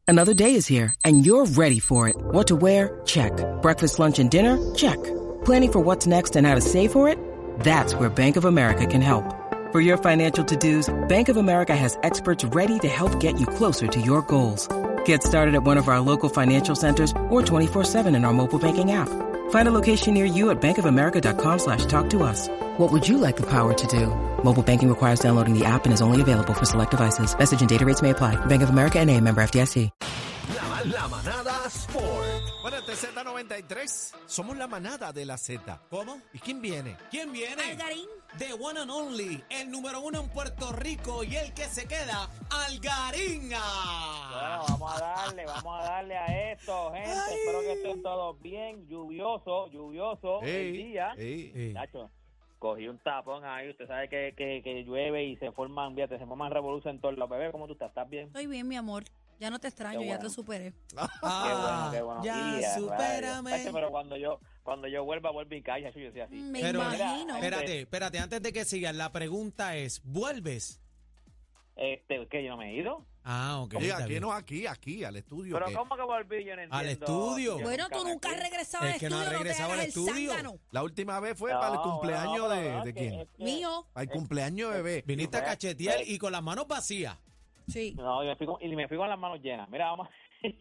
Another day is here, and you're ready for it. What to wear? Check. Breakfast, lunch, and dinner? Check. Planning for what's next and how to save for it? That's where Bank of America can help. For your financial to-dos, Bank of America has experts ready to help get you closer to your goals. Get started at one of our local financial centers or 24/7 in our mobile banking app. Find a location near you at bankofamerica.com/talktous. What would you like the power to do? Mobile banking requires downloading the app and is only available for select devices. Message and data rates may apply. Bank of America N.A., member FDIC. La manada Sport. Bueno, este es Z93. Somos la manada de la Z. ¿Cómo? ¿Y quién viene? ¿Quién viene? Algarín. The one and only, el número uno en Puerto Rico y el que se queda, Algarín. Bueno, vamos a darle a esto, gente. Ay. Espero que estén todos bien. Lluvioso el día. Nacho, cogí un tapón ahí. Usted sabe que llueve y se forman revoluciones en todos los bebés. ¿Cómo tú estás? ¿Estás bien? Estoy bien, mi amor. Ya no te extraño, Qué ya bueno. te superé. Qué bueno. Ya, Y, supérame. Nacho, pero cuando yo vuelva y caiga, yo soy así. Me Pero imagino. espérate, antes de que sigas, la pregunta es, ¿vuelves? ¿Que yo no me he ido? Ah, ok. Sí, está aquí bien. no, aquí, al estudio. ¿Pero que cómo que volví? Yo no entiendo. Al estudio. Yo Bueno, tú me nunca has fui. regresado al Es que no estudio, ha regresado te al hagas el estudio. zángano. La última vez fue No, para el cumpleaños bueno, de pero quién. Mío. Para el cumpleaños de bebé. Viniste a cachetear y con las manos vacías. Sí. No, yo me fui con las manos llenas. Mira, vamos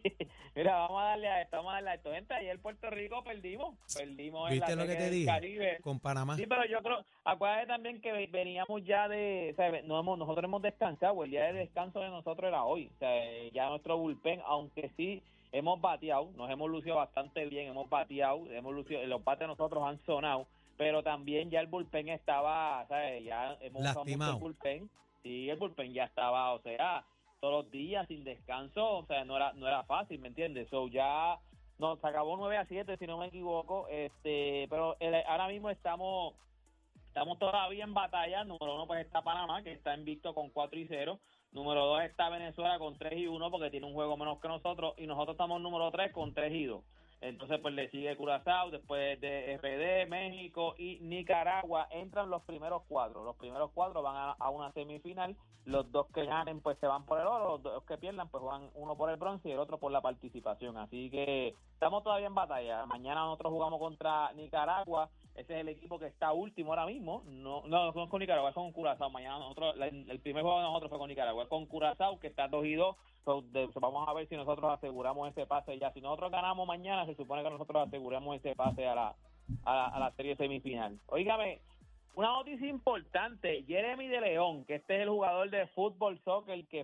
a darle a esto. Gente, ayer Puerto Rico perdimos ¿Viste en la lo que Serie te del dije? Caribe. Con Panamá. Sí, pero yo creo, acuérdate también que veníamos ya de, o sea, nosotros hemos descansado, el día de descanso de nosotros era hoy, o sea, ya nuestro bullpen, aunque sí hemos bateado, nos hemos lucido bastante bien, hemos lucido, los bates de nosotros han sonado, pero también ya el bullpen estaba, ¿sabes? Ya hemos usado mucho Lastimado. el bullpen, sí, el bullpen ya estaba, o sea, todos los días sin descanso, o sea, no era fácil, ¿me entiendes? So ya se acabó 9-7 si no me equivoco, pero ahora mismo estamos todavía en batalla. Número 1 pues está Panamá, que está invicto con 4-0. Número 2 está Venezuela con 3-1 porque tiene un juego menos que nosotros, y nosotros estamos número 3 con 3-2. Entonces pues le sigue Curazao, después de RD, México y Nicaragua. Entran los primeros 4. Los primeros 4 van a una semifinal. Los 2 que ganen pues se van por el oro, los 2 que pierdan pues van uno por el bronce y el otro por la participación. Así que estamos todavía en batalla. Mañana nosotros jugamos contra Nicaragua. Ese es el equipo que está último ahora mismo. No es con Nicaragua, es con Curazao. Mañana el primer juego de nosotros fue con Nicaragua, es con Curazao, que está 2-2. Vamos a ver si nosotros aseguramos ese pase ya. Si nosotros ganamos mañana, se supone que nosotros aseguramos ese pase a la serie semifinal. Óigame, una noticia importante: Jeremy de León, que este es el jugador de fútbol soccer que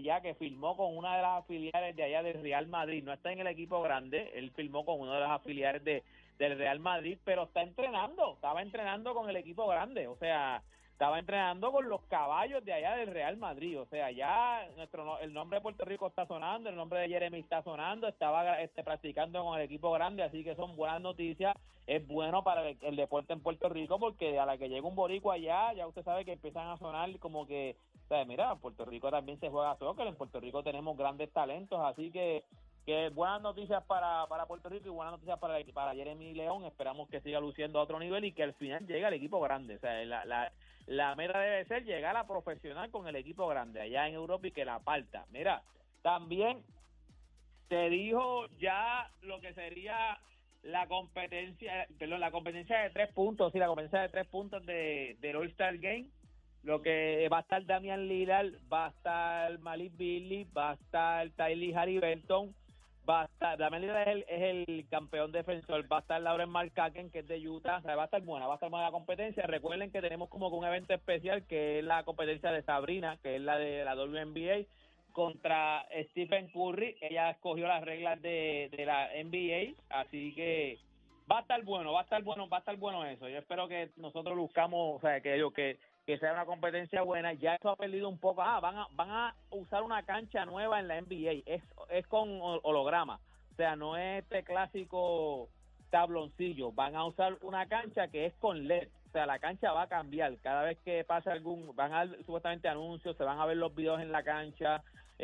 firmó con una de las afiliares de allá del Real Madrid. No está en el equipo grande, él firmó con una de las afiliares del Real Madrid, pero estaba entrenando con el equipo grande, o sea, estaba entrenando con los caballos de allá del Real Madrid, o sea, ya el nombre de Puerto Rico está sonando, el nombre de Jeremy está sonando, estaba practicando con el equipo grande, así que son buenas noticias. Es bueno para el deporte en Puerto Rico, porque a la que llega un boricua allá, ya usted sabe que empiezan a sonar como que, o sea, mira, en Puerto Rico también se juega soccer, en Puerto Rico tenemos grandes talentos, así que buenas noticias para Puerto Rico y buenas noticias para Jeremy León. Esperamos que siga luciendo a otro nivel y que al final llegue al equipo grande. O sea, la meta debe ser llegar a profesional con el equipo grande allá en Europa y que la parta. Mira, también se dijo ya lo que sería la competencia de 3 puntos, sí, la competencia de 3 puntos del All-Star Game. Lo que va a estar Damian Lillard, va a estar Malik Beasley, va a estar Tyrese Haliburton, va a estar, Damian Lillard es el campeón defensor, va a estar Lauren Markkanen, que es de Utah. O sea, va a estar buena la competencia. Recuerden que tenemos como que un evento especial, que es la competencia de Sabrina, que es la de la WNBA, contra Stephen Curry. Ella escogió las reglas de la NBA, así que va a estar bueno eso. Yo espero que nosotros buscamos, o sea, que sea una competencia buena. Ya eso ha perdido un poco. Van a usar una cancha nueva en la NBA. Es con holograma. O sea, no es este clásico tabloncillo. Van a usar una cancha que es con LED. O sea, la cancha va a cambiar. Cada vez que pase van a dar supuestamente anuncios, se van a ver los videos en la cancha.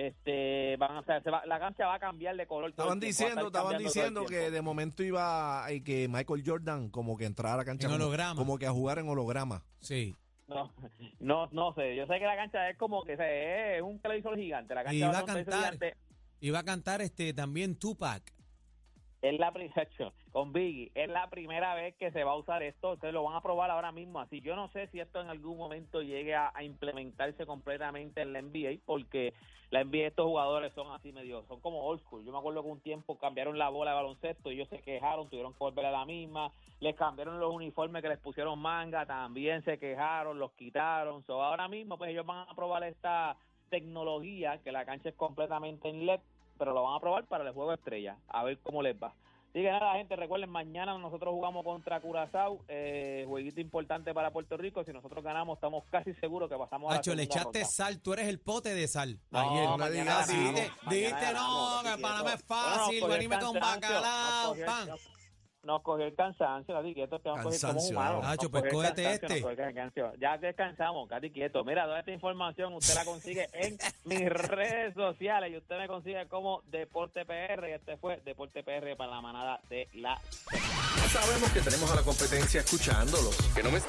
La cancha va a cambiar de color. Estaban diciendo que de momento iba que Michael Jordan como que entrara a la cancha en holograma, como que a jugar en holograma. Sí. No sé. Yo sé que la cancha es como que es un televisor gigante. La cancha y va a cantar. Iba a cantar también Tupac. Es la primera, con Biggie, es la primera vez que se va a usar esto, ustedes lo van a probar ahora mismo, así yo no sé si esto en algún momento llegue a implementarse completamente en la NBA, porque la NBA estos jugadores son así medio, son como old school. Yo me acuerdo que un tiempo cambiaron la bola de baloncesto y ellos se quejaron, tuvieron que volver a la misma, les cambiaron los uniformes que les pusieron manga, también se quejaron, los quitaron. So, ahora mismo pues ellos van a probar esta tecnología, que la cancha es completamente en LED, pero lo van a probar para el juego de estrella, a ver cómo les va. Así que nada, gente, recuerden, mañana nosotros jugamos contra Curazao, jueguito importante para Puerto Rico. Si nosotros ganamos, estamos casi seguros que pasamos a la Hacho, le segunda echaste ronda. sal, tú eres el pote de sal. No, Ayer. mañana digas así. ganamos, Dijiste, mañana no, ganamos, que para mí es Bueno, fácil, nos venirme con cogió el cansancio, bacalao, pan. Nos cogió el cansancio, Gati Quieto, que somos Cansancio, humanos. ¿no? Hacho, Nos pues cogió el cógete cansancio, este. nos cogió el cansancio. Ya descansamos, Gati Quieto. Mira, toda esta información usted la consigue en mis redes sociales y usted me consigue como Deporte PR. Y este fue Deporte PR para la manada de la... Sabemos que tenemos a la competencia escuchándolos. Que no me